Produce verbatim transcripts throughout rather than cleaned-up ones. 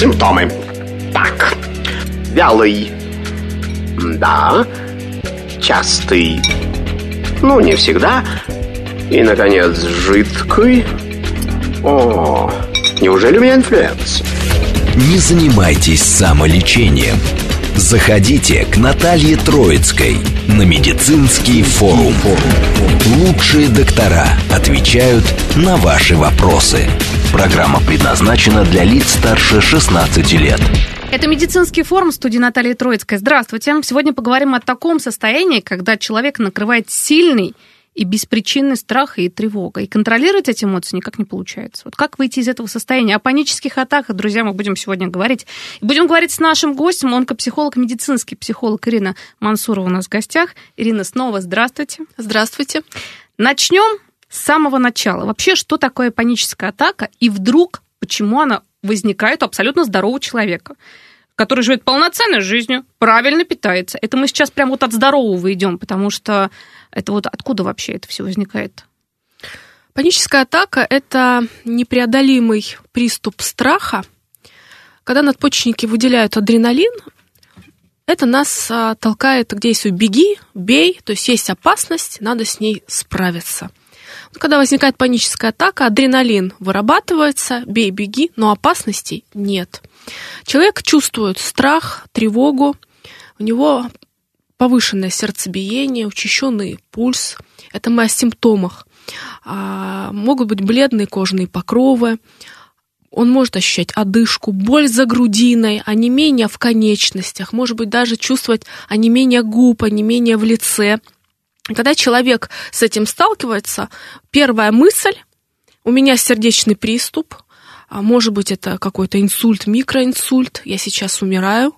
Симптомы. Так, вялый. Да. Частый. Ну, не всегда. И, наконец, жидкий. О, неужели у меня инфлюенс? Не занимайтесь самолечением. Заходите к Наталье Троицкой на медицинский форум. Лучшие доктора отвечают на ваши вопросы. Программа предназначена для лиц старше шестнадцати лет. Это медицинский форум в студии Натальи Троицкой. Здравствуйте. Сегодня поговорим о таком состоянии, когда человека накрывает сильный и беспричинный страх и тревога. И контролировать эти эмоции никак не получается. Вот как выйти из этого состояния? О панических атаках, друзья, мы будем сегодня говорить. Будем говорить с нашим гостем, онкопсихолог, медицинский психолог Ирина Мансурова у нас в гостях. Ирина, снова здравствуйте. Здравствуйте. Начнем с самого начала. Вообще, что такое паническая атака? И вдруг, почему она возникает у абсолютно здорового человека, который живет полноценной жизнью, правильно питается? Это мы сейчас прям вот от здорового идем, потому что это вот откуда вообще это все возникает? Паническая атака – это непреодолимый приступ страха. Когда надпочечники выделяют адреналин, это нас а, толкает к действию «беги», «бей», то есть есть опасность, надо с ней справиться. Когда возникает паническая атака, адреналин вырабатывается, бей, беги, но опасностей нет. Человек чувствует страх, тревогу, у него повышенное сердцебиение, учащенный пульс. Это мы о симптомах. А, могут быть бледные кожные покровы. Он может ощущать одышку, боль за грудиной, онемение в конечностях, может быть, даже чувствовать онемение губ, онемение в лице. Когда человек с этим сталкивается, первая мысль – у меня сердечный приступ, а может быть, это какой-то инсульт, микроинсульт, я сейчас умираю,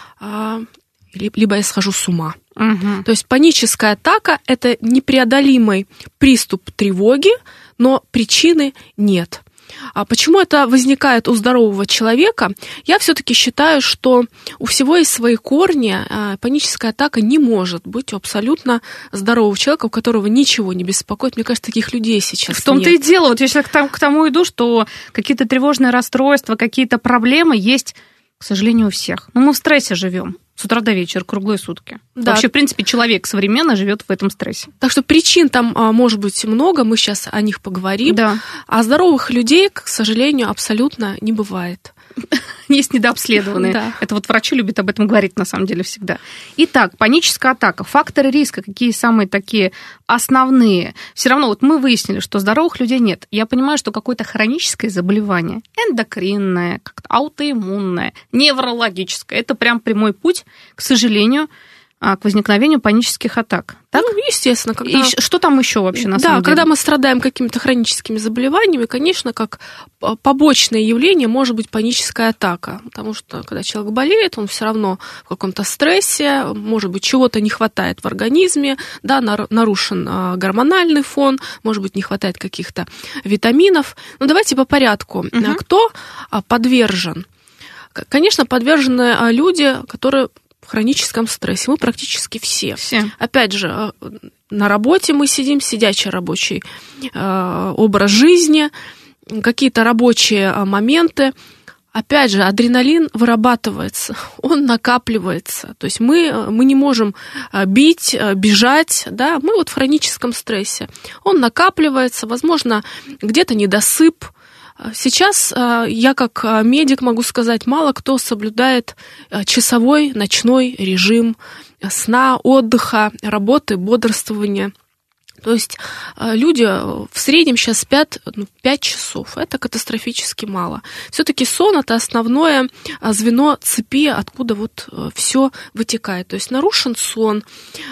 а, либо я схожу с ума. Угу. То есть паническая атака – это непреодолимый приступ тревоги, но причины нет. А почему это возникает у здорового человека? Я все-таки считаю, что у всего есть свои корни. Паническая атака не может быть у абсолютно здорового человека, у которого ничего не беспокоит. Мне кажется, таких людей сейчас нет. В том-то и дело. Вот я сейчас к тому иду, что какие-то тревожные расстройства, какие-то проблемы есть, к сожалению, у всех. Но мы в стрессе живем. С утра до вечера, круглые сутки. Да. Вообще, в принципе, человек современно живет в этом стрессе. Так что причин там может быть много, мы сейчас о них поговорим. Да. А здоровых людей, к сожалению, абсолютно не бывает. Есть недообследованные. Да. Это вот врачи любят об этом говорить, на самом деле, всегда. Итак, паническая атака. Факторы риска, какие самые такие основные? Все равно вот мы выяснили, что здоровых людей нет. Я понимаю, что какое-то хроническое заболевание, эндокринное, как-то аутоиммунное, неврологическое, это прям прямой путь, к сожалению, к возникновению панических атак. Так? Ну, естественно. Когда... И что там еще вообще на да, самом деле? Да, когда мы страдаем какими-то хроническими заболеваниями, конечно, как побочное явление может быть паническая атака. Потому что, когда человек болеет, он все равно в каком-то стрессе, может быть, чего-то не хватает в организме, да, нарушен гормональный фон, может быть, не хватает каких-то витаминов. Но давайте по порядку. Угу. Кто подвержен? Конечно, подвержены люди, которые в хроническом стрессе. Мы практически все. все. Опять же, на работе мы сидим, сидячий рабочий э, образ жизни, какие-то рабочие моменты. Опять же, адреналин вырабатывается, он накапливается. То есть мы, мы не можем бить, бежать, да? Мы вот в хроническом стрессе. Он накапливается, возможно, где-то недосып. Сейчас я как медик могу сказать, мало кто соблюдает часовой ночной режим сна, отдыха, работы, бодрствования. То есть люди в среднем сейчас спят ну, пять часов. Это катастрофически мало. Все-таки сон – это основное звено цепи, откуда вот все вытекает. То есть нарушен сон,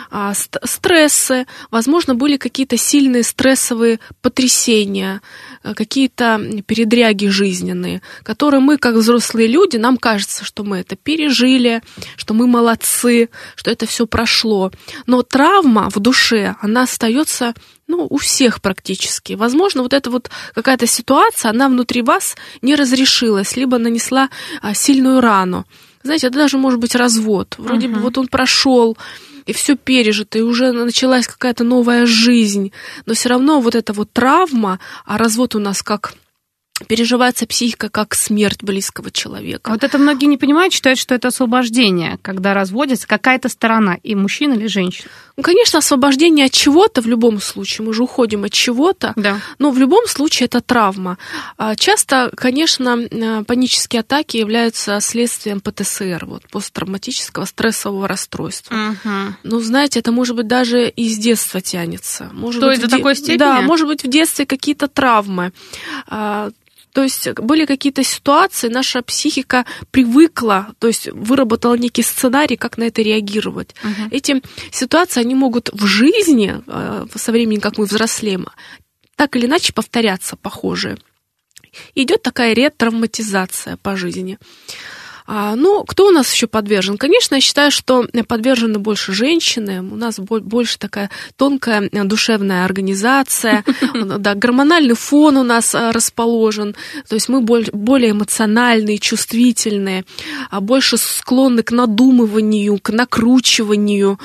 стрессы, возможно, были какие-то сильные стрессовые потрясения, какие-то передряги жизненные, которые мы, как взрослые люди, нам кажется, что мы это пережили, что мы молодцы, что это все прошло. Но травма в душе, она остается ну, у всех практически. Возможно, вот эта вот какая-то ситуация, она внутри вас не разрешилась, либо нанесла а, сильную рану. Знаете, это даже может быть развод. Вроде uh-huh. бы вот он прошел, и все пережито, и уже началась какая-то новая жизнь. Но все равно вот эта вот травма, а развод у нас как переживается психика как смерть близкого человека. Вот это многие не понимают, считают, что это освобождение, когда разводится какая-то сторона, и мужчина или женщина. Ну, конечно, освобождение от чего-то в любом случае, мы же уходим от чего-то, да. но в любом случае это травма. Часто, конечно, панические атаки являются следствием пэ тэ эс эр, вот, посттравматического стрессового расстройства. Угу. Ну, знаете, это может быть даже из детства тянется. Может То быть, есть до де... такой степени? Да, может быть, в детстве какие-то травмы. То есть были какие-то ситуации, наша психика привыкла, то есть выработала некий сценарий, как на это реагировать. Uh-huh. Эти ситуации, они могут в жизни, со временем, как мы взрослеем, так или иначе повторяться, похожие. Идет такая ретравматизация по жизни. Ну, кто у нас еще подвержен? Конечно, я считаю, что подвержены больше женщины. У нас больше такая тонкая душевная организация. Да, гормональный фон у нас расположен. То есть мы более эмоциональные, чувствительные, больше склонны к надумыванию, к накручиванию,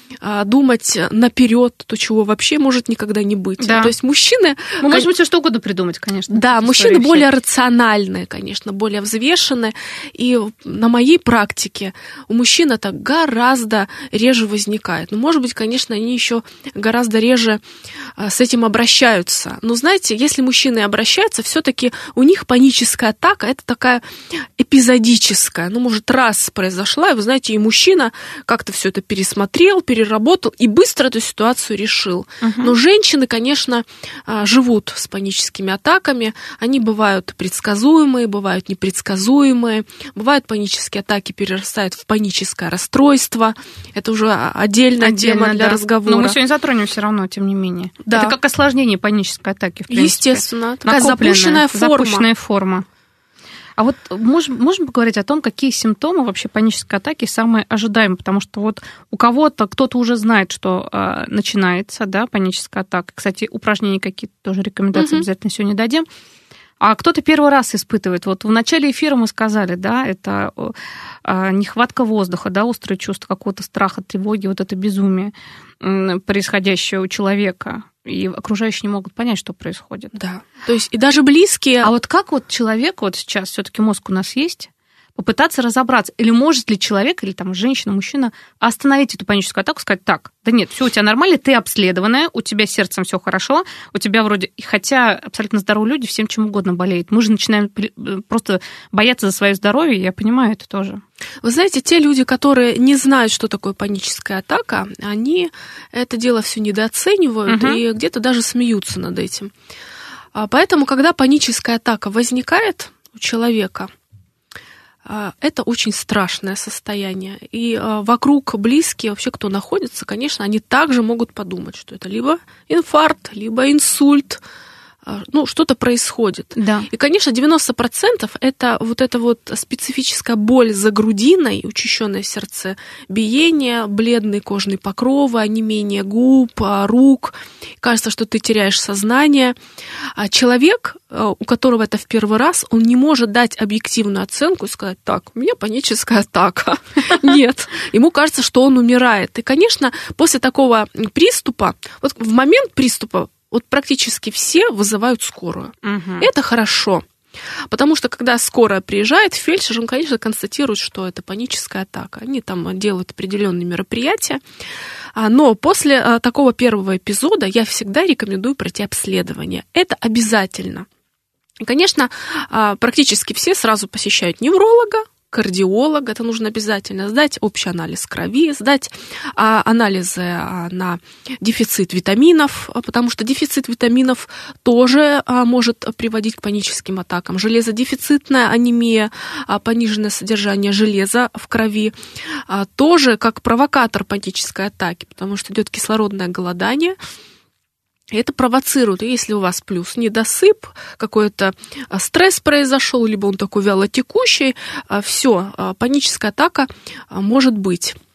думать наперед, то, чего вообще может никогда не быть. Да. То есть мужчины... Мы можем все что угодно придумать, конечно. Да, мужчины более рациональные, конечно, более взвешенные. И на моей практике у мужчин это гораздо реже возникает. Но, может быть, конечно, они еще гораздо реже с этим обращаются. Но, знаете, если мужчины обращаются, все-таки у них паническая атака, это такая эпизодическая. Ну, может, раз произошла, и, вы знаете, и мужчина как-то все это пересмотрел, переработал, работал и быстро эту ситуацию решил. Uh-huh. Но женщины, конечно, живут с паническими атаками. Они бывают предсказуемые, бывают непредсказуемые. Бывают панические атаки, перерастают в паническое расстройство. Это уже отдельная Отдельно, тема для да. разговора. Но мы сегодня затронем все равно, тем не менее. Да. Это как осложнение панической атаки, в принципе. Естественно. Такая запущенная форма. Запущенная форма. А вот можем, можем поговорить о том, какие симптомы вообще панической атаки самые ожидаемые, потому что вот у кого-то, кто-то уже знает, что э, начинается, да, паническая атака. Кстати, упражнения какие-то тоже рекомендации uh-huh. обязательно сегодня дадим. А кто-то первый раз испытывает. Вот в начале эфира мы сказали, да, это э, нехватка воздуха, да, острое чувство какого-то страха, тревоги, вот это безумие, э, происходящее у человека. И окружающие не могут понять, что происходит. Да. То есть и даже близкие. А вот как вот человек, вот сейчас все-таки мозг у нас есть, попытаться разобраться, или может ли человек, или там женщина, мужчина остановить эту паническую атаку, сказать: так, да нет, все у тебя нормально, ты обследованная, у тебя с сердцем все хорошо, у тебя вроде, хотя абсолютно здоровые люди всем чем угодно болеют, мы же начинаем просто бояться за свое здоровье, я понимаю это тоже. Вы знаете, те люди, которые не знают, что такое паническая атака, они это дело все недооценивают uh-huh. и где-то даже смеются над этим. Поэтому, когда паническая атака возникает у человека, это очень страшное состояние. И вокруг близкие, вообще кто находится, конечно, они также могут подумать, что это либо инфаркт, либо инсульт, ну, что-то происходит. Да. И, конечно, девяносто процентов это вот эта вот специфическая боль за грудиной, учащенное сердцебиение, бледные кожные покровы, онемение губ, рук. Кажется, что ты теряешь сознание. А человек, у которого это в первый раз, он не может дать объективную оценку и сказать: так, у меня паническая атака. Нет. Ему кажется, что он умирает. И, конечно, после такого приступа, вот в момент приступа, вот практически все вызывают скорую. Угу. Это хорошо. Потому что, когда скорая приезжает, фельдшер, он, конечно, констатирует, что это паническая атака. Они там делают определенные мероприятия. Но после такого первого эпизода я всегда рекомендую пройти обследование. Это обязательно. И, конечно, практически все сразу посещают невролога, кардиолога, это нужно обязательно сдать общий анализ крови, сдать а, анализы а, на дефицит витаминов, потому что дефицит витаминов тоже а, может приводить к паническим атакам. Железодефицитная анемия, а, пониженное содержание железа в крови, а, тоже как провокатор панической атаки, потому что идет кислородное голодание. Это провоцирует, и если у вас плюс недосып, какой-то стресс произошел, либо он такой вялотекущий, все, паническая атака может быть.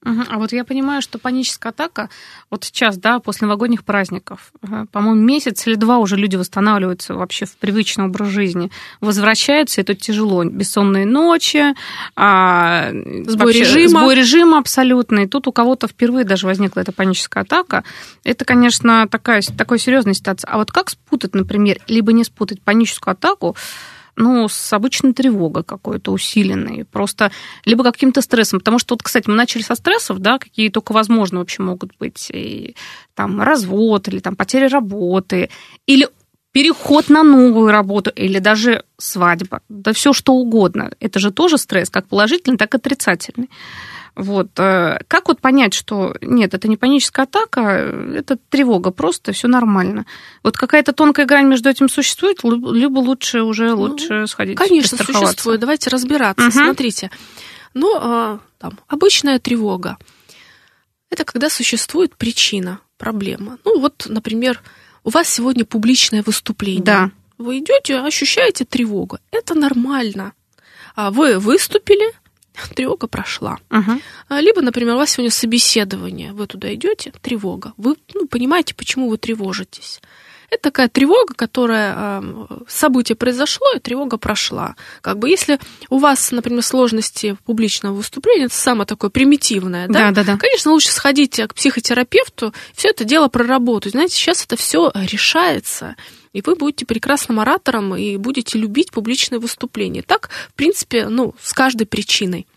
Угу. А вот я понимаю, что паническая атака, вот сейчас, да, после новогодних праздников, по-моему, месяц или два уже люди восстанавливаются вообще в привычный образ жизни, возвращаются, это тяжело, бессонные ночи, а, сбой режима. Сбой режима абсолютно, и тут у кого-то впервые даже возникла эта паническая атака. Это, конечно, такая, такая серьезная ситуация. А вот как спутать, например, либо не спутать паническую атаку, ну, с обычной тревогой какой-то усиленной, просто либо каким-то стрессом, потому что, вот, кстати, мы начали со стрессов, да, какие только возможно вообще могут быть, и, там, развод, или там потеря работы, или переход на новую работу, или даже свадьба, да все что угодно. Это же тоже стресс, как положительный, так и отрицательный. Вот. Как вот понять, что нет, это не паническая атака, это тревога, просто все нормально. Вот какая-то тонкая грань между этим существует, либо лучше уже лучше ну, сходить. Конечно, существует. Давайте разбираться. Угу. Смотрите, ну, там, обычная тревога – это когда существует причина, проблема. Ну, вот, например, у вас сегодня публичное выступление. Да. Вы идете, ощущаете тревогу. Это нормально. Вы выступили, тревога прошла. Uh-huh. Либо, например, у вас сегодня собеседование, вы туда идете, тревога. Вы ну, понимаете, почему вы тревожитесь. Это такая тревога, которая событие произошло, и тревога прошла. Как бы если у вас, например, сложности публичного выступления, это самое такое примитивное, да? Да, да, да. Конечно, лучше сходить к психотерапевту, все это дело проработать. Знаете, сейчас это все решается. И вы будете прекрасным оратором и будете любить публичные выступления. Так, в принципе, ну, с каждой причиной.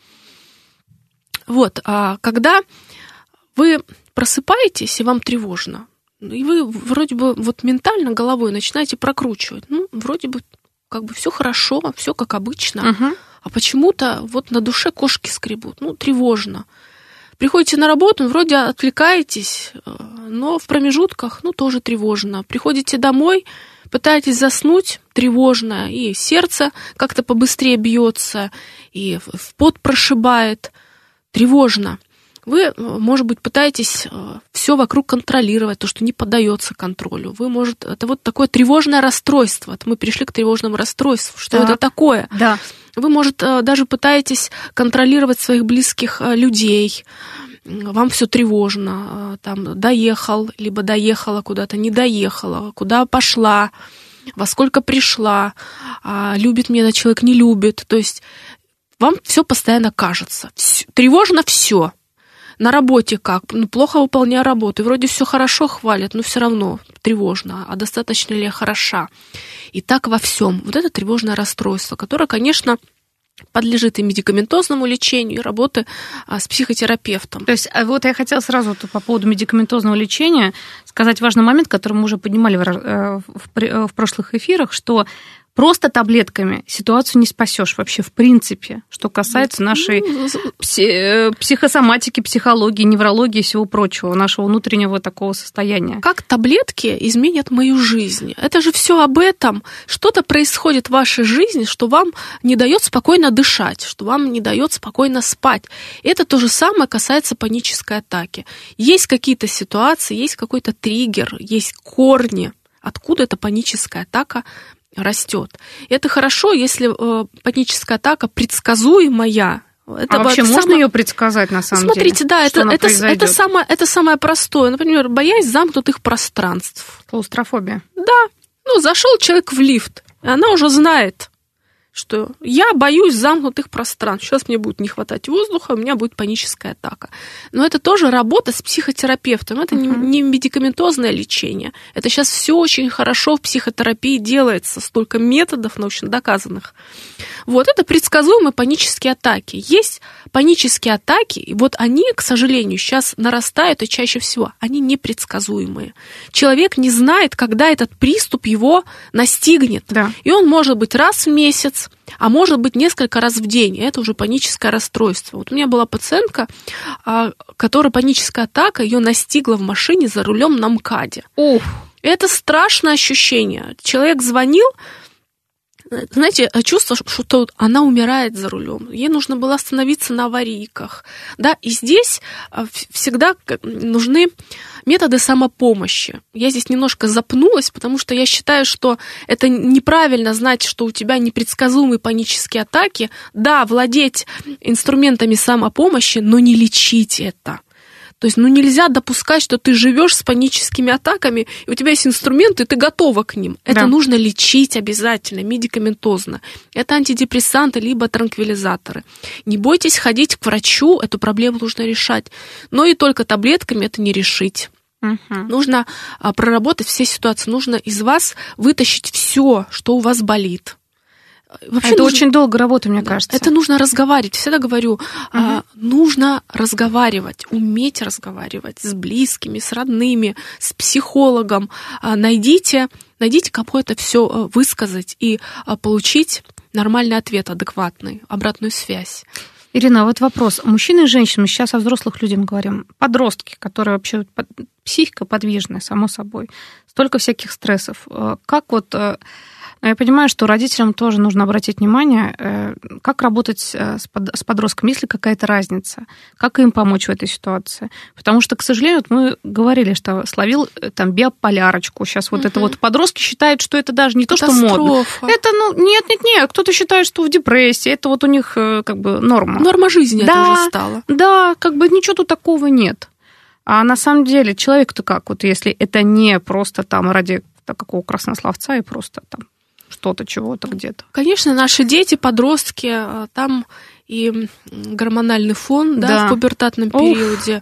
Вот, а когда вы просыпаетесь, и вам тревожно, и вы вроде бы вот ментально головой начинаете прокручивать, ну, вроде бы как бы все хорошо, все как обычно, угу. а почему-то вот на душе кошки скребут, ну, тревожно. Приходите на работу, вроде отвлекаетесь, но в промежутках, ну, тоже тревожно. Приходите домой, пытаетесь заснуть, тревожно, и сердце как-то побыстрее бьется, и в пот прошибает, тревожно. Вы, может быть, пытаетесь все вокруг контролировать, то, что не поддается контролю. Вы, может, это вот такое тревожное расстройство. Это мы перешли к тревожному расстройству. Что так. это такое? Да. Вы, может, даже пытаетесь контролировать своих близких людей. Вам все тревожно. Там доехал, либо доехала куда-то, не доехала, куда пошла, во сколько пришла, любит меня этот человек, не любит. То есть вам все постоянно кажется. Тревожно все. На работе как? Ну, плохо выполняю работу. И вроде все хорошо хвалят, но все равно тревожно. А достаточно ли я хороша? И так во всем. Вот это тревожное расстройство, которое, конечно, подлежит и медикаментозному лечению, и работе а, с психотерапевтом. То есть вот я хотела сразу по поводу медикаментозного лечения сказать важный момент, который мы уже поднимали в, в, в прошлых эфирах, что просто таблетками ситуацию не спасешь вообще в принципе, что касается нашей пси- психосоматики, психологии, неврологии и всего прочего, нашего внутреннего такого состояния. Как таблетки изменят мою жизнь? Это же все об этом. Что-то происходит в вашей жизни, что вам не дает спокойно дышать, что вам не дает спокойно спать. И это то же самое касается панической атаки. Есть какие-то ситуации, есть какой-то триггер, есть корни, откуда эта паническая атака растет. И это хорошо, если э, паническая атака предсказуемая. Это а вообще можно самое... ее предсказать на самом Смотрите, деле? Смотрите, да, это, это, это, самое, это самое простое. Например, боязнь замкнутых пространств. Клаустрофобия. Да. Ну, зашел человек в лифт, и она уже знает, что я боюсь замкнутых пространств. Сейчас мне будет не хватать воздуха, у меня будет паническая атака. Но это тоже работа с психотерапевтом. Это uh-huh. не медикаментозное лечение. Это сейчас все очень хорошо в психотерапии делается. Столько методов научно доказанных. Вот это предсказуемые панические атаки. Есть панические атаки, и вот они, к сожалению, сейчас нарастают, и чаще всего они непредсказуемые. Человек не знает, когда этот приступ его настигнет. Да. И он может быть раз в месяц, а может быть несколько раз в день. И это уже паническое расстройство. Вот у меня была пациентка, которая паническая атака, ее настигла в машине за рулем на МКАДе. Ух. Это страшное ощущение. Человек звонил, Знаете, чувство, что она умирает за рулем. Ей нужно было остановиться на аварийках. Да? И здесь всегда нужны методы самопомощи. Я здесь немножко запнулась, потому что я считаю, что это неправильно знать, что у тебя непредсказуемые панические атаки. Да, владеть инструментами самопомощи, но не лечить это. То есть, ну, нельзя допускать, что ты живешь с паническими атаками, и у тебя есть инструменты, и ты готова к ним. Это да. нужно лечить обязательно, медикаментозно. Это антидепрессанты, либо транквилизаторы. Не бойтесь ходить к врачу, эту проблему нужно решать. Но и только таблетками это не решить. Угу. Нужно а, проработать все ситуации. Нужно из вас вытащить все, что у вас болит. Вообще это нужно, очень долго работа, мне кажется. Это нужно разговаривать. Всегда говорю, угу. а, нужно разговаривать, уметь разговаривать с близкими, с родными, с психологом. А, найдите, найдите, кому это все высказать и а, получить нормальный ответ, адекватный, обратную связь. Ирина, вот вопрос. Мужчины и женщины, мы сейчас о взрослых людях говорим, подростки, которые вообще психика подвижная, само собой, столько всяких стрессов. Как вот... Я понимаю, что родителям тоже нужно обратить внимание, как работать с подростком, есть ли какая-то разница, как им помочь в этой ситуации. Потому что, к сожалению, вот мы говорили, что словил там биополярочку. Сейчас вот угу. это вот подростки считают, что это даже не то, что модно. Это, ну, нет-нет-нет, кто-то считает, что в депрессии, это вот у них как бы норма. Норма жизни да, это уже стало. Да, как бы ничего тут такого нет. А на самом деле человек-то как, вот если это не просто там ради какого краснословца и просто там что-то, чего-то где-то. Конечно, наши дети, подростки, там и гормональный фон, да, да, в пубертатном периоде.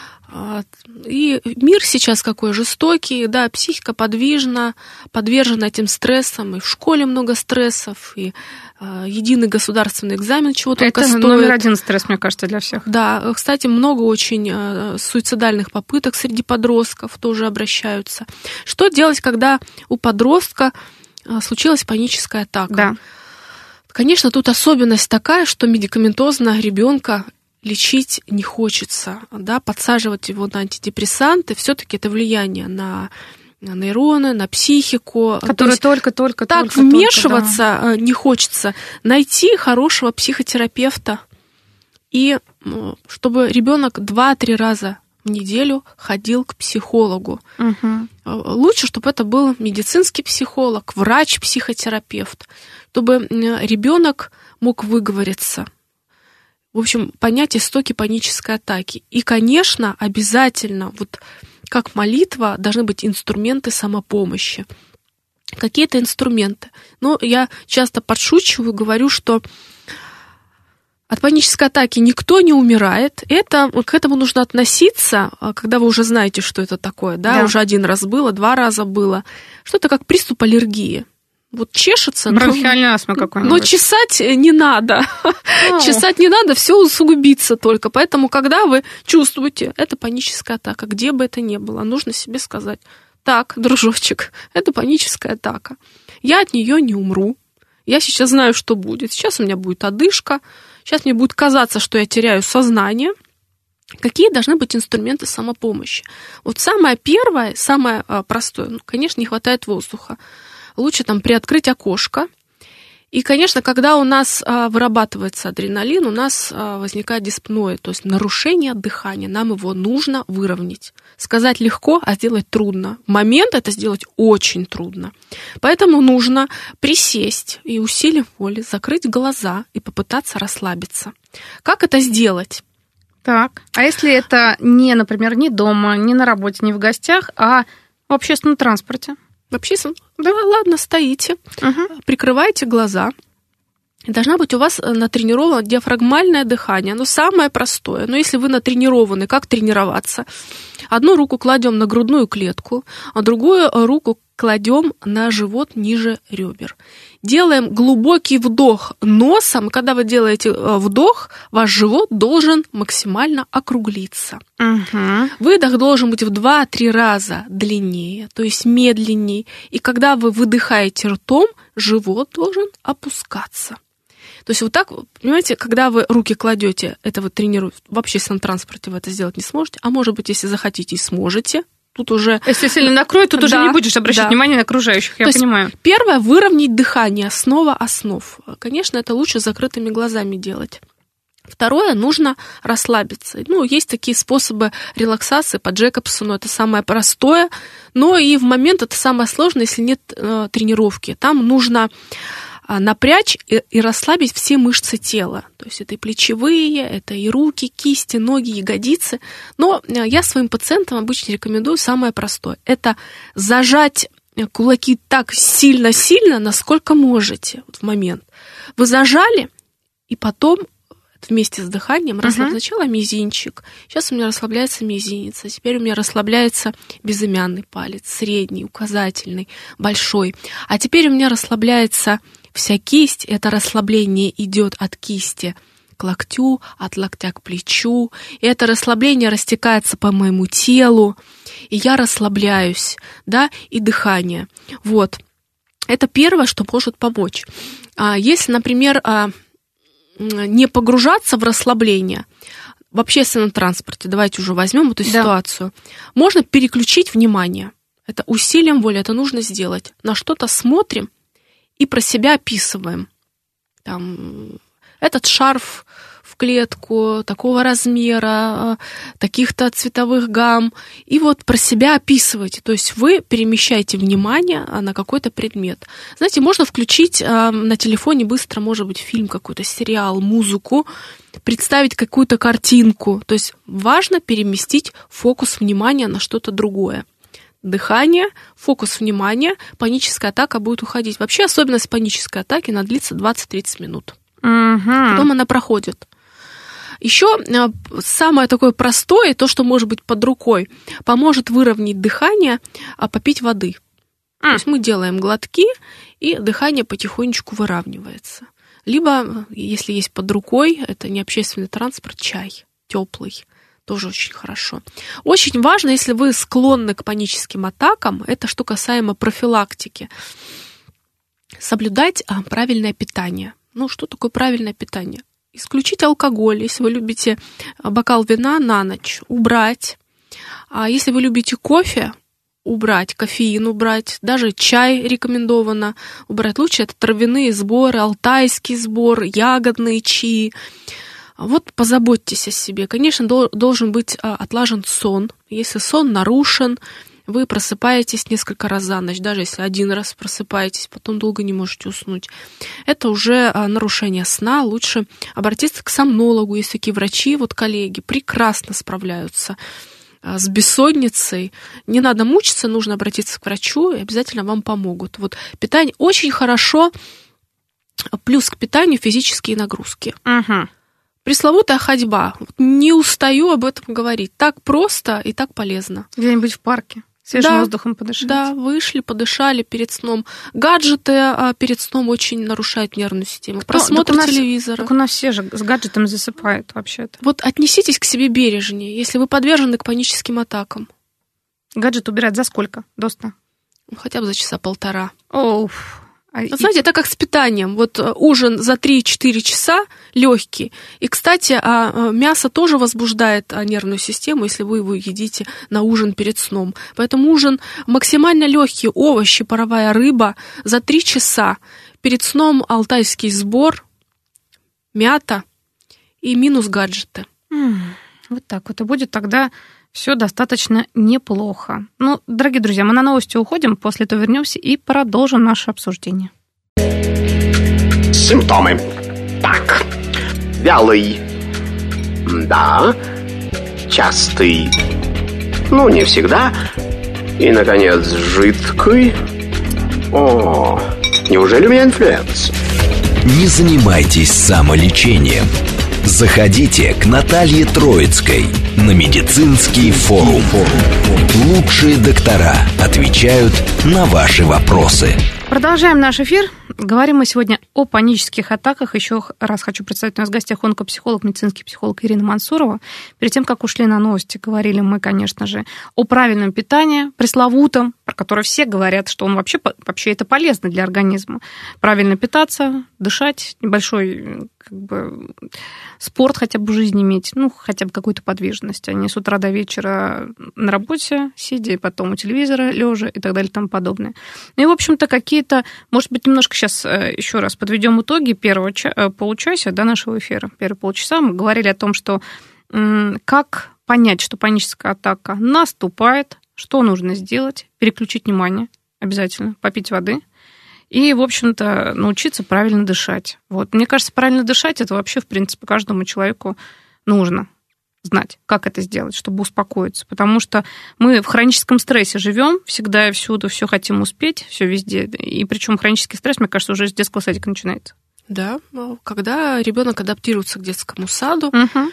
Уф. И мир сейчас какой жестокий, да, психика подвижна, подвержена этим стрессам, и в школе много стрессов, и э, единый государственный экзамен чего только Это стоит. Это номер один стресс, мне кажется, для всех. Да, кстати, много очень э, суицидальных попыток среди подростков тоже обращаются. Что делать, когда у подростка случилась паническая атака? Да. Конечно, тут особенность такая, что медикаментозно ребенка лечить не хочется, да, подсаживать его на антидепрессанты, все-таки это влияние на, на нейроны, на психику. Которые только-только так только, вмешиваться только, да. не хочется. Найти хорошего психотерапевта и чтобы ребенок два-три раза в неделю ходил к психологу. Угу. Лучше, чтобы это был медицинский психолог, врач, психотерапевт, чтобы ребенок мог выговориться. В общем, понять истоки панической атаки. И, конечно, обязательно, вот как молитва, должны быть инструменты самопомощи. Какие-то инструменты. Но я часто подшучиваю, говорю, что от панической атаки никто не умирает. Это, к этому нужно относиться, когда вы уже знаете, что это такое. Да? Да. Уже один раз было, два раза было. Что это как приступ аллергии. Вот чешется, бронхиальная но, астма какой-нибудь. Но чесать не надо. О. Чесать не надо, все усугубится только. Поэтому, когда вы чувствуете, это паническая атака, где бы это ни было, нужно себе сказать: так, дружочек, это паническая атака. Я от нее не умру. Я сейчас знаю, что будет. Сейчас у меня будет одышка. Сейчас мне будет казаться, что я теряю сознание. Какие должны быть инструменты самопомощи? Вот самое первое, самое простое, ну, конечно, не хватает воздуха. Лучше там приоткрыть окошко. И, конечно, когда у нас а, вырабатывается адреналин, у нас а, возникает диспноя, то есть нарушение дыхания. Нам его нужно выровнять. Сказать легко, а сделать трудно. В момент это сделать очень трудно. Поэтому нужно присесть и усилием воли закрыть глаза и попытаться расслабиться. Как это сделать? Так, а если это не, например, не дома, не на работе, не в гостях, а в общественном транспорте? В общественном? Да, ладно, стоите, угу. Прикрывайте глаза. Должна быть у вас натренировано диафрагмальное дыхание. Оно самое простое. Но если вы натренированы, как тренироваться? Одну руку кладем на грудную клетку, а другую руку кладем на живот ниже ребер. Делаем глубокий вдох носом. Когда вы делаете вдох, ваш живот должен максимально округлиться. Угу. Выдох должен быть в два-три раза длиннее, то есть медленнее. И когда вы выдыхаете ртом, живот должен опускаться. То есть вот так, понимаете, когда вы руки кладете, это вы тренируете, в общественном транспорте вы это сделать не сможете, а может быть, если захотите, и сможете, тут уже... Если сильно накроет, тут да, уже не будешь обращать да. внимание на окружающих, я То понимаю. Есть, первое, выровнять дыхание, основа основ. Конечно, это лучше с закрытыми глазами делать. Второе, нужно расслабиться. Ну, есть такие способы релаксации по Джейкобсону, это самое простое, но и в момент это самое сложное, если нет э, тренировки. Там нужно э, напрячь и, и расслабить все мышцы тела. То есть это и плечевые, это и руки, кисти, ноги, ягодицы. Но э, я своим пациентам обычно рекомендую самое простое. Это зажать кулаки так сильно-сильно, насколько можете вот в момент. Вы зажали, и потом вместе с дыханием расслабляется uh-huh. сначала мизинчик. Сейчас у меня расслабляется мизинец, а теперь у меня расслабляется безымянный палец, средний, указательный, большой. А теперь у меня расслабляется вся кисть. Это расслабление идет от кисти к локтю, от локтя к плечу. И это расслабление растекается по моему телу, и я расслабляюсь, да, и дыхание. Вот. Это первое, что может помочь. Если, например, не погружаться в расслабление в общественном транспорте, давайте уже возьмем эту да. ситуацию, можно переключить внимание. Это усилием воли, это нужно сделать. На что-то смотрим и про себя описываем. Там, этот шарф в клетку, такого размера, таких-то цветовых гамм. И вот про себя описываете. То есть вы перемещаете внимание на какой-то предмет. Знаете, можно включить на телефоне быстро, может быть, фильм какой-то, сериал, музыку, представить какую-то картинку. То есть важно переместить фокус внимания на что-то другое. Дыхание, фокус внимания, паническая атака будет уходить. Вообще особенность панической атаки, она длится двадцать-тридцать минут. Угу. Потом она проходит. Еще самое такое простое, то, что может быть под рукой, поможет выровнять дыхание, попить воды. А. То есть мы делаем глотки, и дыхание потихонечку выравнивается. Либо, если есть под рукой, это не общественный транспорт, чай теплый. Тоже очень хорошо. Очень важно, если вы склонны к паническим атакам, это что касаемо профилактики, соблюдать правильное питание. Ну, что такое правильное питание? Исключить алкоголь, если вы любите бокал вина на ночь, убрать. А если вы любите кофе, убрать, кофеин убрать, даже чай рекомендовано убрать. Лучше это травяные сборы, алтайский сбор, ягодные чаи. Вот позаботьтесь о себе. Конечно, должен быть отлажен сон. Если сон нарушен, вы просыпаетесь несколько раз за ночь, даже если один раз просыпаетесь, потом долго не можете уснуть. Это уже нарушение сна. Лучше обратиться к сомнологу. Есть такие врачи, вот коллеги, прекрасно справляются с бессонницей. Не надо мучиться, нужно обратиться к врачу, и обязательно вам помогут. Вот питание очень хорошо, плюс к питанию физические нагрузки. Угу. Пресловутая ходьба. Не устаю об этом говорить. Так просто и так полезно. Где-нибудь в парке. Свежим да, воздухом подышать. Да, вышли, подышали перед сном. Гаджеты а, перед сном очень нарушают нервную систему. Кто, Просмотр так телевизора. Так у нас все же с гаджетом засыпают вообще-то. Вот отнеситесь к себе бережнее, если вы подвержены к паническим атакам. Гаджет убирать за сколько до сна? Хотя бы за часа полтора. Оуф. А знаете, это как с питанием. Вот ужин за три-четыре часа легкий. И, кстати, мясо тоже возбуждает нервную систему, если вы его едите на ужин перед сном. Поэтому ужин максимально легкий. Овощи, паровая рыба за три часа. Перед сном алтайский сбор, мята и минус гаджеты. Вот так вот. И будет тогда все достаточно неплохо. Ну, дорогие друзья, мы на новости уходим, после этого вернемся и продолжим наше обсуждение. Симптомы. Так, вялый. Да. Частый. Ну, не всегда. И, наконец, жидкий. О, неужели у меня инфлюенция? Не занимайтесь самолечением. Заходите к Наталье Троицкой на медицинский форум. Лучшие доктора отвечают на ваши вопросы. Продолжаем наш эфир. Говорим мы сегодня о панических атаках. Еще раз хочу представить, у нас в гостях онкопсихолог, медицинский психолог Ирина Мансурова. Перед тем, как ушли на новости, говорили мы, конечно же, о правильном питании, пресловутом, про которое все говорят, что он вообще, вообще это полезно для организма. Правильно питаться, дышать, небольшой как бы, спорт хотя бы в жизни иметь, ну, хотя бы какую-то подвижность, а не с утра до вечера на работе, сидя, и потом у телевизора лежа и так далее и тому подобное. Ну и, в общем-то, какие-то, может быть, немножко сейчас еще раз подведем итоги первого ча- получаса да, нашего эфира. Первые полчаса мы говорили о том, что м- как понять, что паническая атака наступает, что нужно сделать, переключить внимание обязательно, попить воды и, в общем-то, научиться правильно дышать. Вот. Мне кажется, правильно дышать – это вообще, в принципе, каждому человеку нужно знать, как это сделать, чтобы успокоиться. Потому что мы в хроническом стрессе живем, всегда и всюду все хотим успеть, все везде. И причем хронический стресс, мне кажется, уже с детского садика начинается. Да, когда ребенок адаптируется к детскому саду, угу.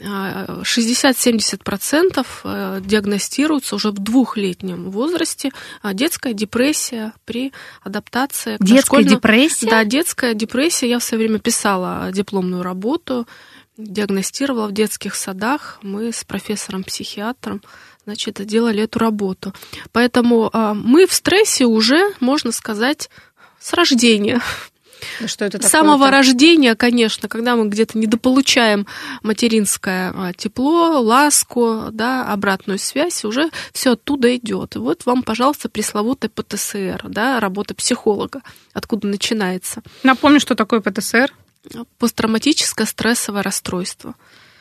шестьдесят-семьдесят процентов диагностируются уже в двухлетнем возрасте детская депрессия при адаптации. Детская дошкольному... депрессия? Да, детская депрессия. Я в свое время писала дипломную работу, диагностировала в детских садах. Мы с профессором-психиатром, значит, делали эту работу. Поэтому мы в стрессе уже, можно сказать, с рождения. Что это такое? С самого рождения, конечно, когда мы где-то недополучаем материнское тепло, ласку, да, обратную связь, уже все оттуда идет. И вот вам, пожалуйста, пресловутый ПТСР, да, работа психолога, откуда начинается. Напомню, что такое ПТСР. Посттравматическое стрессовое расстройство.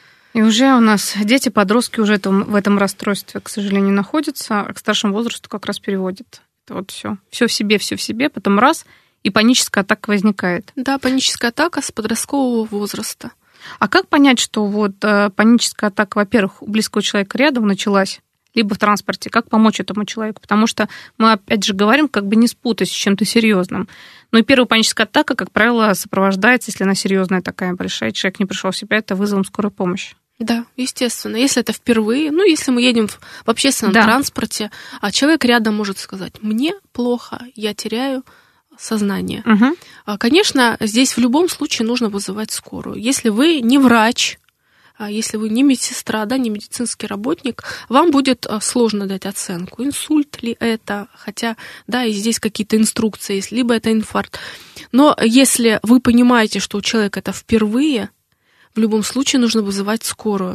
И уже у нас дети, подростки уже в этом расстройстве, к сожалению, находятся, а к старшему возрасту как раз переводят. Это вот все. Все в себе, все в себе, потом раз — и паническая атака возникает. Да, паническая атака с подросткового возраста. А как понять, что вот паническая атака, во-первых, у близкого человека рядом началась, либо в транспорте, как помочь этому человеку? Потому что мы, опять же, говорим, как бы не спутать с чем-то серьезным. Но и первая паническая атака, как правило, сопровождается, если она серьезная такая большая, человек не пришел в себя, это вызовом скорой помощи. Да, естественно. Если это впервые, ну, если мы едем в, в общественном да. транспорте, а человек рядом может сказать: «Мне плохо, я теряю сознание». Угу. Конечно, здесь в любом случае нужно вызывать скорую. Если вы не врач, если вы не медсестра, да, не медицинский работник, вам будет сложно дать оценку, инсульт ли это, хотя, да, и здесь какие-то инструкции есть, либо это инфаркт. Но если вы понимаете, что у человека это впервые, в любом случае нужно вызывать скорую.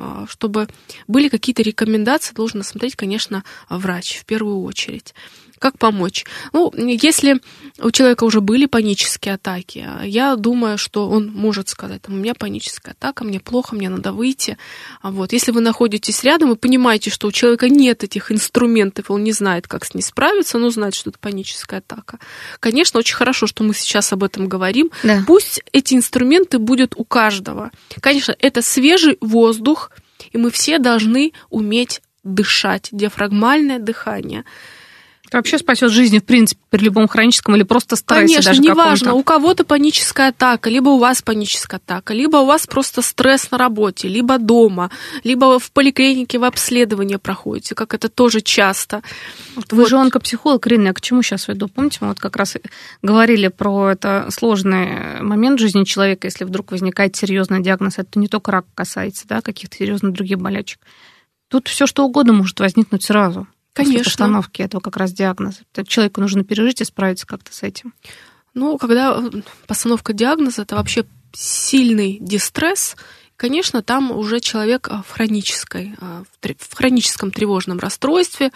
Чтобы были какие-то рекомендации, должен смотреть, конечно, врач в первую очередь. Как помочь? Ну, если у человека уже были панические атаки, я думаю, что он может сказать: у меня паническая атака, мне плохо, мне надо выйти. Вот. Если вы находитесь рядом и понимаете, что у человека нет этих инструментов, он не знает, как с ней справиться, но знает, что это паническая атака. Конечно, очень хорошо, что мы сейчас об этом говорим. Да. Пусть эти инструменты будут у каждого. Конечно, это свежий воздух, и мы все должны уметь дышать, диафрагмальное дыхание. Это вообще спасет жизнь, в принципе, при любом хроническом или просто стрессе. Конечно, даже неважно, каком-то. У кого-то паническая атака, либо у вас паническая атака, либо у вас просто стресс на работе, либо дома, либо в поликлинике вы обследование проходите, как это тоже часто. Вот вы вот. же онкопсихолог, Ирина, а к чему сейчас веду? Помните, мы вот как раз говорили про это сложный момент в жизни человека, если вдруг возникает серьезный диагноз, это не только рак касается, да, каких-то серьезных других болячек. Тут все что угодно может возникнуть сразу. Конечно. После постановки этого как раз диагноза. Человеку нужно пережить и справиться как-то с этим. Ну, когда постановка диагноза, это вообще сильный дистресс, конечно, там уже человек в хронической, в хроническом тревожном расстройстве.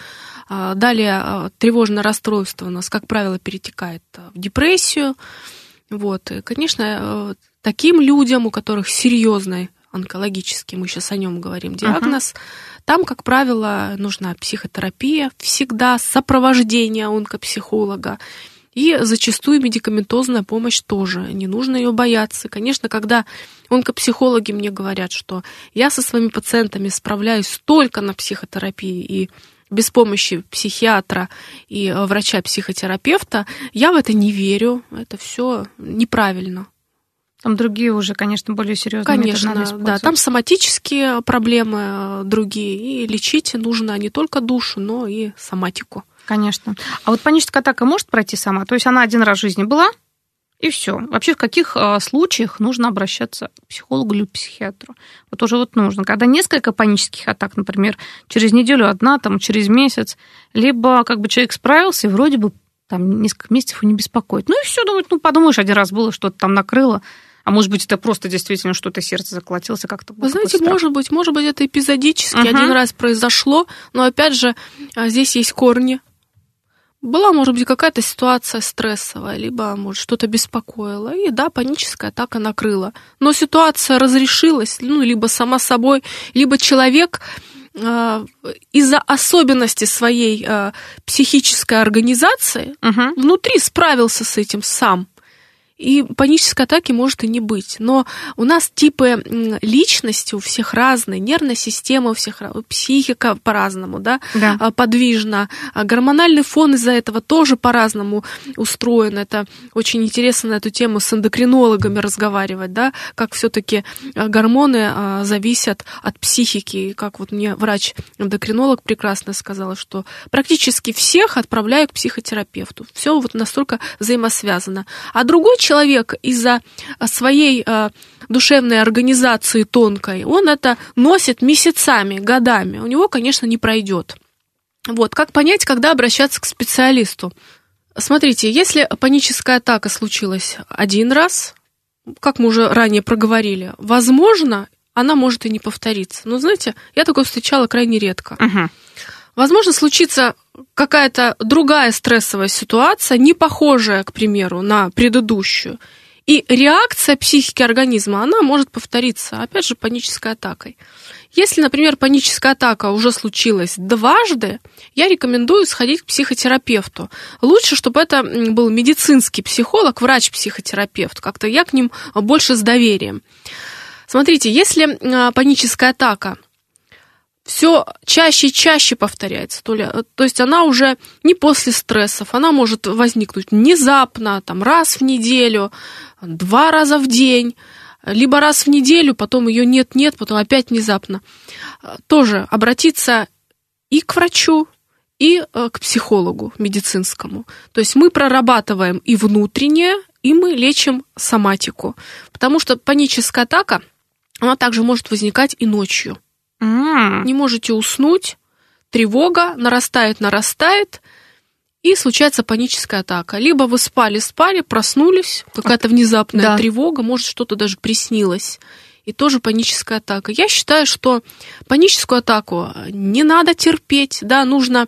Далее тревожное расстройство у нас, как правило, перетекает в депрессию. Вот. И, конечно, таким людям, у которых серьезный онкологический, мы сейчас о нем говорим, диагноз, uh-huh. там, как правило, нужна психотерапия, всегда сопровождение онкопсихолога, и зачастую медикаментозная помощь тоже, не нужно ее бояться. Конечно, когда онкопсихологи мне говорят, что я со своими пациентами справляюсь только на психотерапии и без помощи психиатра и врача-психотерапевта, я в это не верю, это все неправильно. Там другие уже, конечно, более серьезные методы надо использовать. Да, там соматические проблемы другие, и лечить нужно не только душу, но и соматику. Конечно. А вот паническая атака может пройти сама? То есть она один раз в жизни была, И все. Вообще, в каких а, случаях нужно обращаться к психологу или психиатру? Вот уже вот нужно. Когда несколько панических атак, например, через неделю одна, там, через месяц, либо как бы человек справился, и вроде бы там несколько месяцев и не беспокоит. Ну и все, думают, ну подумаешь, один раз было, что-то там накрыло, а может быть, это просто действительно что-то сердце заколотилось, как-то. Вы знаете, может быть, может быть, это эпизодически uh-huh. один раз произошло, но опять же, здесь есть корни. Была, может быть, какая-то ситуация стрессовая, либо, может, что-то беспокоило, и, да, паническая атака накрыла. Но ситуация разрешилась, ну, либо сама собой, либо человек э, из-за особенностей своей э, психической организации uh-huh. внутри справился с этим сам. И панической атаки может и не быть. Но у нас типы личности у всех разные, нервная система у всех разная, психика по-разному, да, да. подвижна. Гормональный фон из-за этого тоже по-разному устроен. Это очень интересно на эту тему с эндокринологами разговаривать, да, как все-таки гормоны зависят от психики. И как вот мне врач-эндокринолог прекрасно сказала, что практически всех отправляю к психотерапевту. Все вот настолько взаимосвязано. А другой человек Человек из-за своей э, душевной организации тонкой, он это носит месяцами, годами. У него, конечно, не пройдет. Вот. Как понять, когда обращаться к специалисту? Смотрите, если паническая атака случилась один раз, как мы уже ранее проговорили, возможно, она может и не повториться. Но, знаете, я такое встречала крайне редко. Угу. Возможно, случится какая-то другая стрессовая ситуация, не похожая, к примеру, на предыдущую. И реакция психики организма, она может повториться, опять же, панической атакой. Если, например, паническая атака уже случилась дважды, я рекомендую сходить к психотерапевту. Лучше, чтобы это был медицинский психолог, врач-психотерапевт. Как-то я к ним больше с доверием. Смотрите, если паническая атака все чаще и чаще повторяется, то, ли, то есть она уже не после стрессов, она может возникнуть внезапно, там, раз в неделю, два раза в день, либо раз в неделю, потом ее нет-нет, потом опять внезапно. Тоже обратиться и к врачу, и к психологу медицинскому. То есть мы прорабатываем и внутреннее, и мы лечим соматику. Потому что паническая атака, она также может возникать и ночью. Mm. Не можете уснуть, тревога нарастает, нарастает, и случается паническая атака. Либо вы спали-спали, проснулись, какая-то внезапная да. тревога, может, что-то даже приснилось, и тоже паническая атака. Я считаю, что паническую атаку не надо терпеть, да, нужно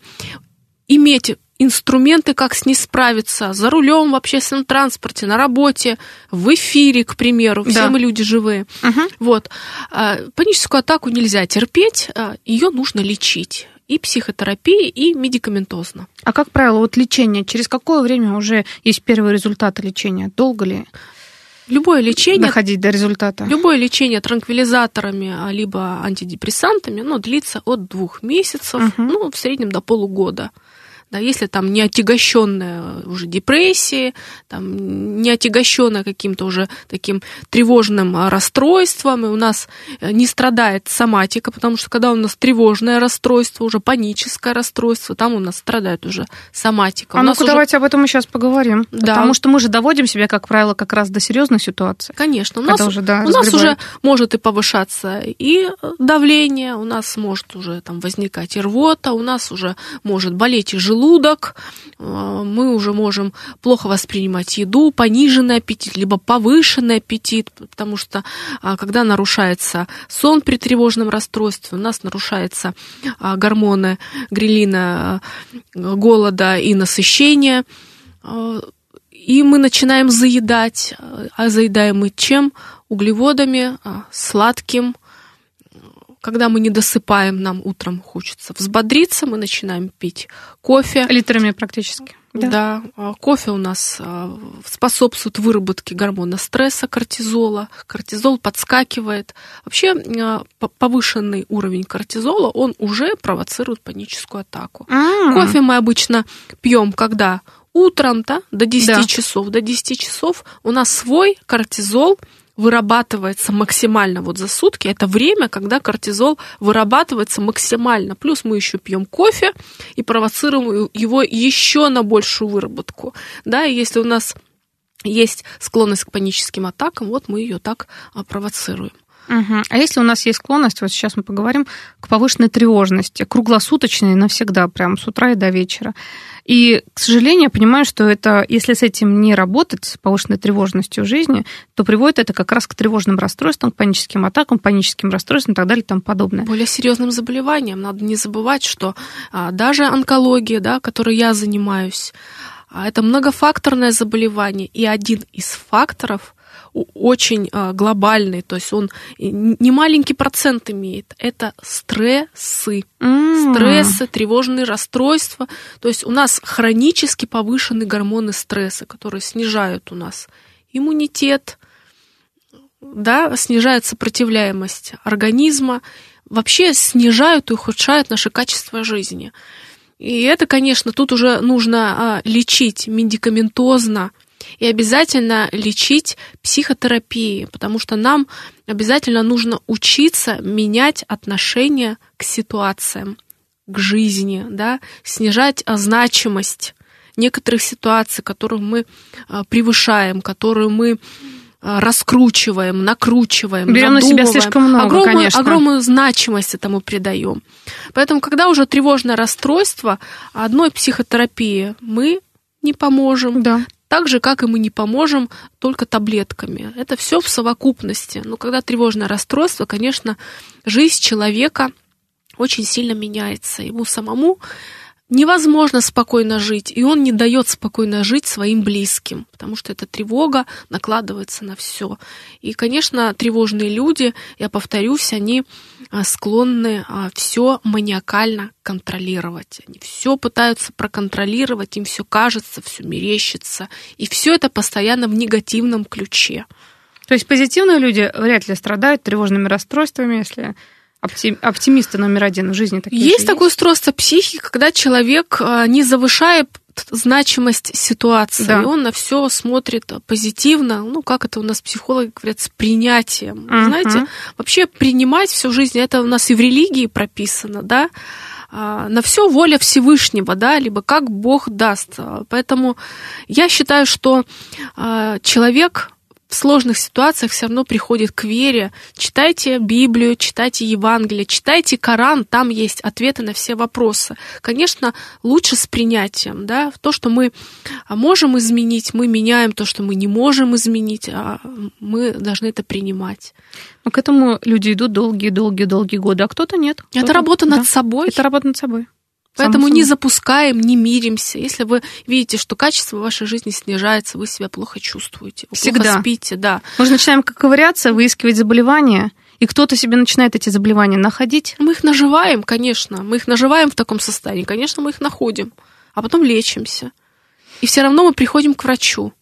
иметь инструменты, как с ней справиться, за рулем, в общественном транспорте, на работе, в эфире, к примеру, все да. мы люди живые. Угу. Вот. Паническую атаку нельзя терпеть, ее нужно лечить. И психотерапией, и медикаментозно. А как правило, вот лечение, через какое время уже есть первые результаты лечения? Долго ли? Любое лечение, доходить до результата? Любое лечение транквилизаторами, либо антидепрессантами, ну, длится от двух месяцев, угу. ну, в среднем до полугода. Да, если там не отягощенная уже депрессией, там, не отягощенная каким-то уже таким тревожным расстройством, и у нас не страдает соматика, потому что когда у нас тревожное расстройство, уже паническое расстройство, там у нас страдает уже соматика. А ну-ка, уже... давайте об этом мы сейчас поговорим. Да. Потому что мы же доводим себя, как правило, как раз до серьезной ситуации. Конечно. У нас уже, да, у нас уже может и повышаться и давление, у нас может уже там возникать и рвота, у нас уже может болеть и желудок, желудок, мы уже можем плохо воспринимать еду, пониженный аппетит, либо повышенный аппетит, потому что когда нарушается сон при тревожном расстройстве, у нас нарушаются гормоны грелина, голода и насыщения, и мы начинаем заедать, а заедаем мы чем? Углеводами, сладким. Когда мы не досыпаем, нам утром хочется взбодриться, мы начинаем пить кофе. Литрами практически. Да, да. Кофе у нас способствует выработке гормона стресса, кортизола. Кортизол подскакивает. Вообще повышенный уровень кортизола, он уже провоцирует паническую атаку. Mm. Кофе мы обычно пьем когда? Утром, да, до десяти да. часов. До десяти часов у нас свой кортизол вырабатывается максимально вот за сутки. Это время, когда кортизол вырабатывается максимально. Плюс мы еще пьем кофе и провоцируем его еще на большую выработку. Да, и если у нас есть склонность к паническим атакам, вот мы ее так провоцируем. Угу. А если у нас есть склонность, вот сейчас мы поговорим, к повышенной тревожности, круглосуточной навсегда, прям с утра и до вечера. И, к сожалению, я понимаю, что это, если с этим не работать, с повышенной тревожностью в жизни, то приводит это как раз к тревожным расстройствам, к паническим атакам, паническим расстройствам и так далее и тому подобное. Более серьезным заболеваниям. Надо не забывать, что а, даже онкология, да, которой я занимаюсь, а, это многофакторное заболевание, и один из факторов очень глобальный, то есть он не маленький процент имеет. Это стрессы. Mm. Стрессы, тревожные расстройства. То есть у нас хронически повышены гормоны стресса, которые снижают у нас иммунитет, да, снижают сопротивляемость организма, вообще снижают и ухудшают наше качество жизни. И это, конечно, тут уже нужно лечить медикаментозно, и обязательно лечить психотерапией, потому что нам обязательно нужно учиться менять отношение к ситуациям, к жизни, да, снижать значимость некоторых ситуаций, которые мы превышаем, которые мы раскручиваем, накручиваем, берем надумываем. На себя слишком много, огромную, конечно. огромную значимость этому придаем. Поэтому, когда уже тревожное расстройство, одной психотерапии мы не поможем. Да. Так же, как и мы не поможем только таблетками. Это все в совокупности. Но когда тревожное расстройство, конечно, жизнь человека очень сильно меняется. Ему самому невозможно спокойно жить, и он не дает спокойно жить своим близким, потому что эта тревога накладывается на все. И, конечно, тревожные люди, я повторюсь, они склонны все маниакально контролировать. Они все пытаются проконтролировать, им все кажется, все мерещится, и все это постоянно в негативном ключе. То есть позитивные люди вряд ли страдают тревожными расстройствами, если оптимисты номер один в жизни такие есть. Есть такое устройство психики, когда человек не завышает значимость ситуации, да. И он на все смотрит позитивно, ну, как это у нас психологи говорят, с принятием. Uh-huh. Знаете, вообще принимать всю жизнь, это у нас и в религии прописано, да, на все воля Всевышнего, да, либо как Бог даст. Поэтому я считаю, что человек в сложных ситуациях все равно приходит к вере. Читайте Библию, читайте Евангелие, читайте Коран, там есть ответы на все вопросы. Конечно, лучше с принятием, да, то, что мы можем изменить, мы меняем, то, что мы не можем изменить, а мы должны это принимать. Но к этому люди идут долгие-долгие-долгие годы, а кто-то нет. Кто-то... Это работа да. над собой. Это работа над собой. Поэтому не запускаем, не миримся. Если вы видите, что качество вашей жизни снижается, вы себя плохо чувствуете, вы Всегда. плохо спите, да. Мы же начинаем ковыряться, выискивать заболевания, и кто-то себе начинает эти заболевания находить. Мы их наживаем, конечно. Мы их наживаем в таком состоянии. Конечно, мы их находим, а потом лечимся. И все равно мы приходим к врачу.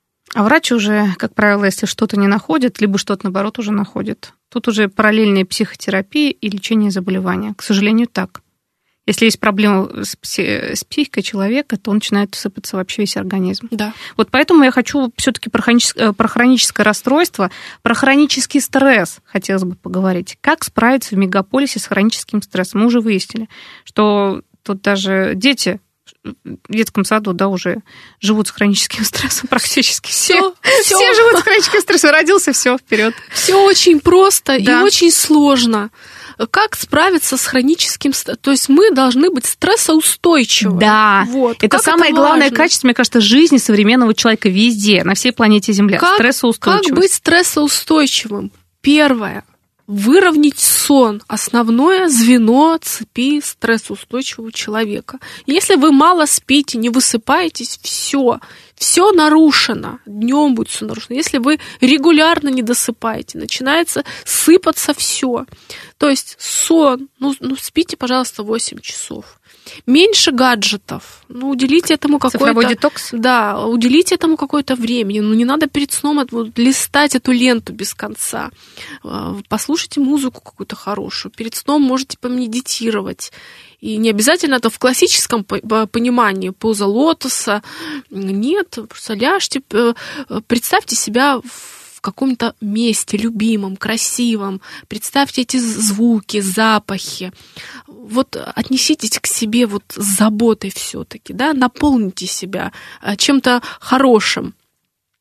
А врач уже, как правило, если что-то не находит, либо что-то, наоборот, уже находит. Тут уже параллельная психотерапия и лечение заболевания. К сожалению, так. Если есть проблема с, пси- с психикой человека, то он начинает сыпаться вообще весь организм. Да. Вот поэтому я хочу все-таки про, хроническое, про хроническое расстройство, про хронический стресс хотелось бы поговорить. Как справиться в мегаполисе с хроническим стрессом? Мы уже выяснили, что тут даже дети в детском саду, да, уже живут с хроническим стрессом практически. Все, все. все живут с хроническим стрессом. Родился, все, вперед. Все очень просто, да. И очень сложно. Как справиться с хроническим стрессом? То есть мы должны быть стрессоустойчивы. Да, вот. Это как самое это главное качество, мне кажется, жизни современного человека везде, на всей планете Земля. Как, Стрессоустойчивость. Как быть стрессоустойчивым? Первое. Выровнять сон. Основное звено цепи стрессоустойчивого человека. Если вы мало спите, не высыпаетесь, все, все нарушено. Днем будет все нарушено. Если вы регулярно не досыпаете, начинается сыпаться все. То есть сон, ну, ну спите, пожалуйста, восемь часов. Меньше гаджетов. Ну, уделите этому какое-то... Цифровой детокс? Да, уделите этому какое-то время. Ну, не надо перед сном вот, листать эту ленту без конца. Послушайте музыку какую-то хорошую. Перед сном можете помедитировать. И не обязательно это в классическом понимании поза лотоса. Нет, просто ляжьте, представьте себя в каком-то месте любимом, красивом. Представьте эти звуки, запахи. Вот отнеситесь к себе вот с заботой все-таки, да, наполните себя чем-то хорошим.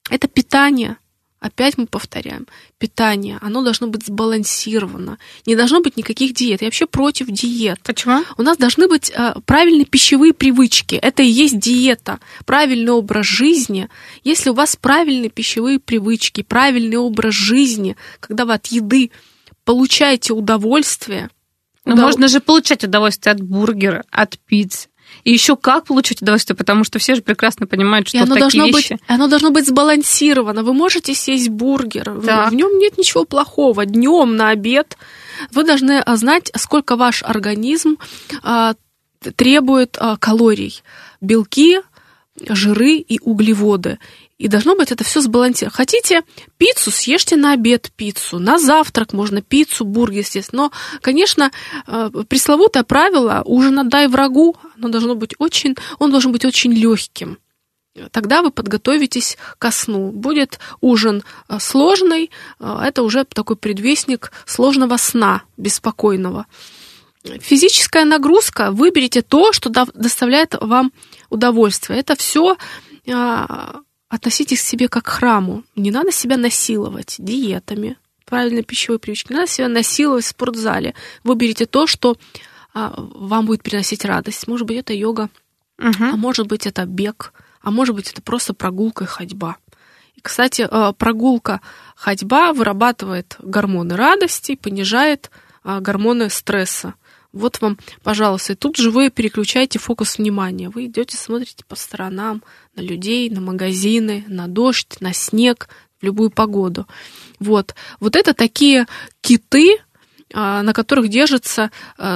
Это питание. Опять мы повторяем, питание, оно должно быть сбалансировано. Не должно быть никаких диет. Я вообще против диет. Почему? У нас должны быть правильные пищевые привычки. Это и есть диета. Правильный образ жизни. Если у вас правильные пищевые привычки, правильный образ жизни, когда вы от еды получаете удовольствие. Но удов... можно же получать удовольствие от бургера, от пиццы. И еще как получить удовольствие, потому что все же прекрасно понимают, что и оно такие должно вещи... Быть, оно должно быть сбалансировано. Вы можете съесть бургер, так. в нем нет ничего плохого. Днем на обед вы должны знать, сколько ваш организм а, требует а, калорий. Белки, жиры и углеводы. И должно быть это все сбалансировано. Хотите пиццу, съешьте на обед пиццу. На завтрак можно пиццу, бургер съесть. Но, конечно, пресловутое правило «ужин отдай врагу», оно должно быть очень, он должен быть очень легким. Тогда вы подготовитесь ко сну. Будет ужин сложный, это уже такой предвестник сложного сна, беспокойного. Физическая нагрузка, выберите то, что доставляет вам удовольствие. Это все... Относитесь к себе как к храму. Не надо себя насиловать диетами, правильной пищевой привычкой. Не надо себя насиловать в спортзале. Выберите то, что а, вам будет приносить радость. Может быть, это йога, угу. а может быть, это бег, а может быть, это просто прогулка и ходьба. И, кстати, прогулка, ходьба вырабатывает гормоны радости, понижает гормоны стресса. Вот вам, пожалуйста, и тут же вы переключаете фокус внимания. Вы идете, смотрите по сторонам, на людей, на магазины, на дождь, на снег, в любую погоду. Вот, вот это такие киты, на которых держится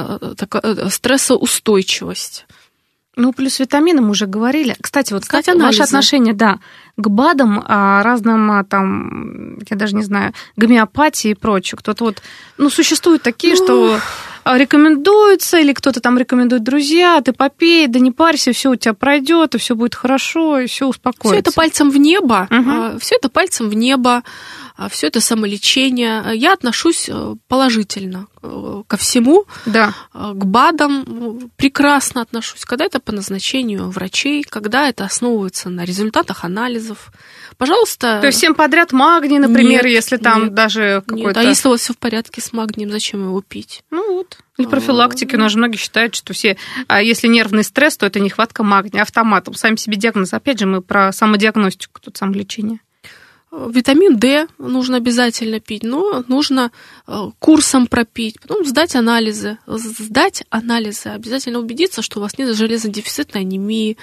стрессоустойчивость. Ну, плюс витамины мы уже говорили. Кстати, вот Кстати, ваше отношение, да, к БАДам, разным там, я даже не знаю, гомеопатии и прочее. Кто-то вот, ну, существуют такие, ну... что рекомендуются, или кто-то там рекомендует друзья, ты попей, да не парься, все у тебя пройдет, и все будет хорошо, и все успокоится. Все это пальцем в небо, угу. все это пальцем в небо, все это самолечение. Я отношусь положительно ко всему, да. к БАДам прекрасно отношусь, когда это по назначению врачей, когда это основывается на результатах анализов. Пожалуйста. То есть всем подряд магний, например, нет, если там нет, даже какой-то... Нет, а если у вас все в порядке с магнием, зачем его пить? Ну вот. Для профилактики, у нас же многие считают, что все, а если нервный стресс, то это нехватка магния автоматом. Сами себе диагноз. Опять же, мы про самодиагностику, тут самолечение. Витамин D нужно обязательно пить, но нужно курсом пропить, потом сдать анализы. Сдать анализы, обязательно убедиться, что у вас нет железодефицитной анемии.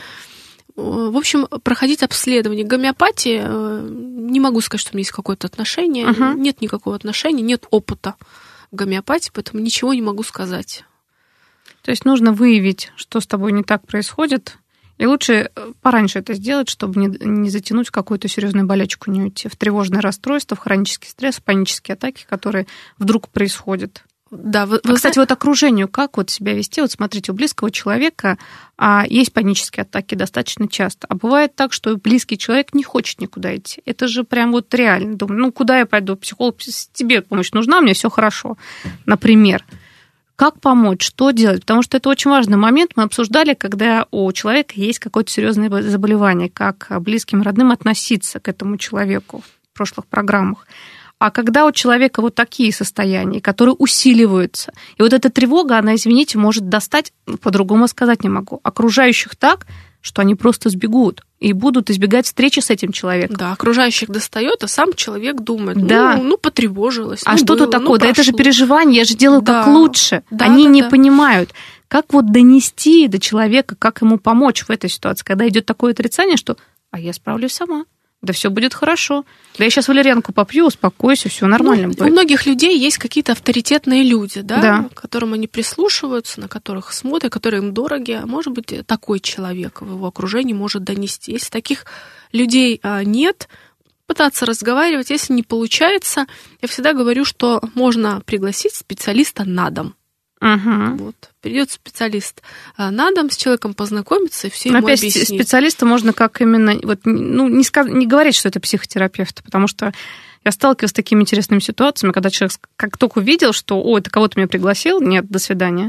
В общем, проходить обследование. К гомеопатии не могу сказать, что у меня есть какое-то отношение. Uh-huh. Нет никакого отношения, нет опыта гомеопатии, поэтому ничего не могу сказать. То есть нужно выявить, что с тобой не так происходит, и лучше пораньше это сделать, чтобы не, не затянуть в какую-то серьезную болячку, не уйти в тревожное расстройство, в хронический стресс, в панические атаки, которые вдруг происходят. Да, вы, а, кстати, вот окружению как вот себя вести? Вот смотрите, у близкого человека а, есть панические атаки достаточно часто. А бывает так, что близкий человек не хочет никуда идти. Это же прям вот реально. Думаю, ну куда я пойду? Психолог, тебе помощь нужна, мне все хорошо. Например. Как помочь? Что делать? Потому что это очень важный момент. Мы обсуждали, когда у человека есть какое-то серьезное заболевание, как близким, родным относиться к этому человеку в прошлых программах. А когда у человека вот такие состояния, которые усиливаются, и вот эта тревога, она, извините, может достать, по-другому сказать не могу, окружающих так, что они просто сбегут и будут избегать встречи с этим человеком. Да, окружающих достает, а сам человек думает, да. ну, ну потревожилась. А ну, что было, тут такое? Ну, да прошло. Это же переживание, я же делаю да. как лучше. Да, они да, не да. понимают, как вот донести до человека, как ему помочь в этой ситуации, когда идет такое отрицание, что «а я справлюсь сама». Да все будет хорошо. Да я сейчас валерьянку попью, успокойся, все нормально ну, будет. У многих людей есть какие-то авторитетные люди, да, да. к которым они прислушиваются, на которых смотрят, которые им дороги. А может быть, такой человек в его окружении может донести. Если таких людей нет, пытаться разговаривать. Если не получается, я всегда говорю, что можно пригласить специалиста на дом. Угу. Вот. Придет специалист на дом, с человеком познакомиться и все ему опять объяснить. Специалиста можно как именно... Вот, ну, не, сказ... не говорить, что это психотерапевт, потому что я сталкивалась с такими интересными ситуациями, когда человек как только увидел, что «О, это кого-то меня пригласил», нет, до свидания.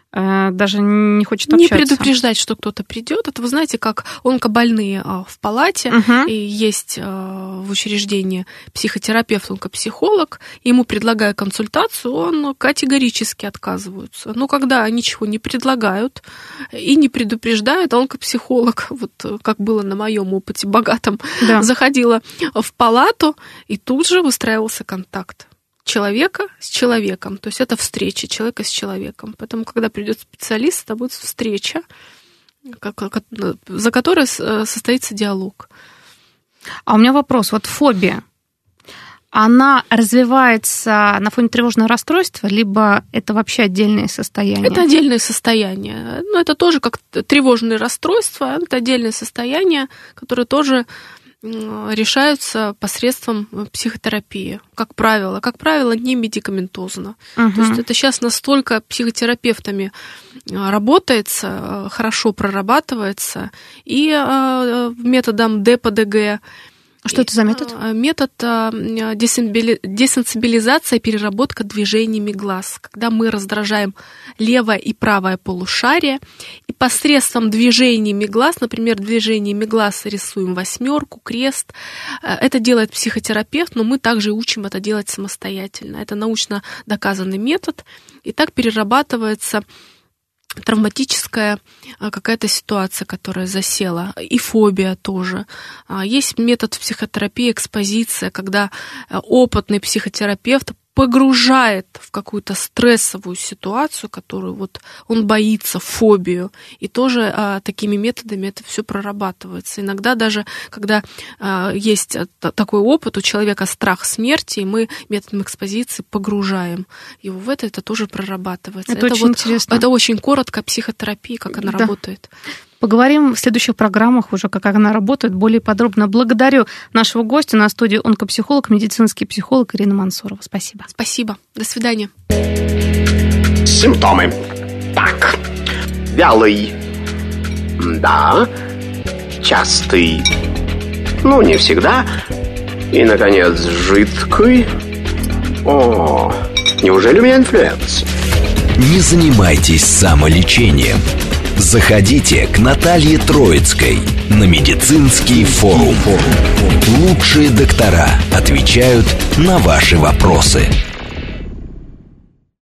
даже не хочет общаться. Не предупреждать, что кто-то придет. Это, вы знаете, как онкобольные в палате, угу. и есть в учреждении психотерапевт, онкопсихолог, ему предлагая консультацию, он категорически отказывается. Но когда ничего не предлагают и не предупреждают, онкопсихолог, вот как было на моем опыте богатом, да. заходила в палату, и тут же выстраивался контакт человека с человеком. То есть это встреча человека с человеком. Поэтому, когда придет специалист, это будет встреча, за которой состоится диалог. А у меня вопрос. Вот фобия, она развивается на фоне тревожного расстройства, либо это вообще отдельное состояние? Это отдельное состояние. Но это тоже как тревожное расстройство, это отдельное состояние, которое тоже решаются посредством психотерапии, как правило. Как правило, не медикаментозно. Uh-huh. То есть это сейчас настолько психотерапевтами работается, хорошо прорабатывается, и методом дэ пэ дэ гэ. Что это за метод? Метод десенсибилизация и переработка движениями глаз. Когда мы раздражаем левое и правое полушарие, и посредством движениями глаз, например, движениями глаз рисуем восьмерку, крест, это делает психотерапевт, но мы также учим это делать самостоятельно. Это научно доказанный метод, и так перерабатывается травматическая какая-то ситуация, которая засела, и фобия тоже. Есть метод в психотерапии экспозиция, когда опытный психотерапевт погружает в какую-то стрессовую ситуацию, которую вот он боится, фобию, и тоже а, такими методами это все прорабатывается. Иногда даже, когда а, есть такой опыт, у человека страх смерти, и мы методом экспозиции погружаем его в это, это тоже прорабатывается. Это, это очень вот, интересно. Это очень коротко психотерапия, как она да. работает. Поговорим в следующих программах уже, как она работает, более подробно. Благодарю нашего гостя на студии онкопсихолог, медицинский психолог Ирина Мансурова. Спасибо. Спасибо. До свидания. Симптомы. Так. Вялый. Да. Частый. Ну, не всегда. И, наконец, жидкий. О, неужели у меня инфлюенция? Не занимайтесь самолечением. Заходите к Наталье Троицкой на медицинский форум. Лучшие доктора отвечают на ваши вопросы.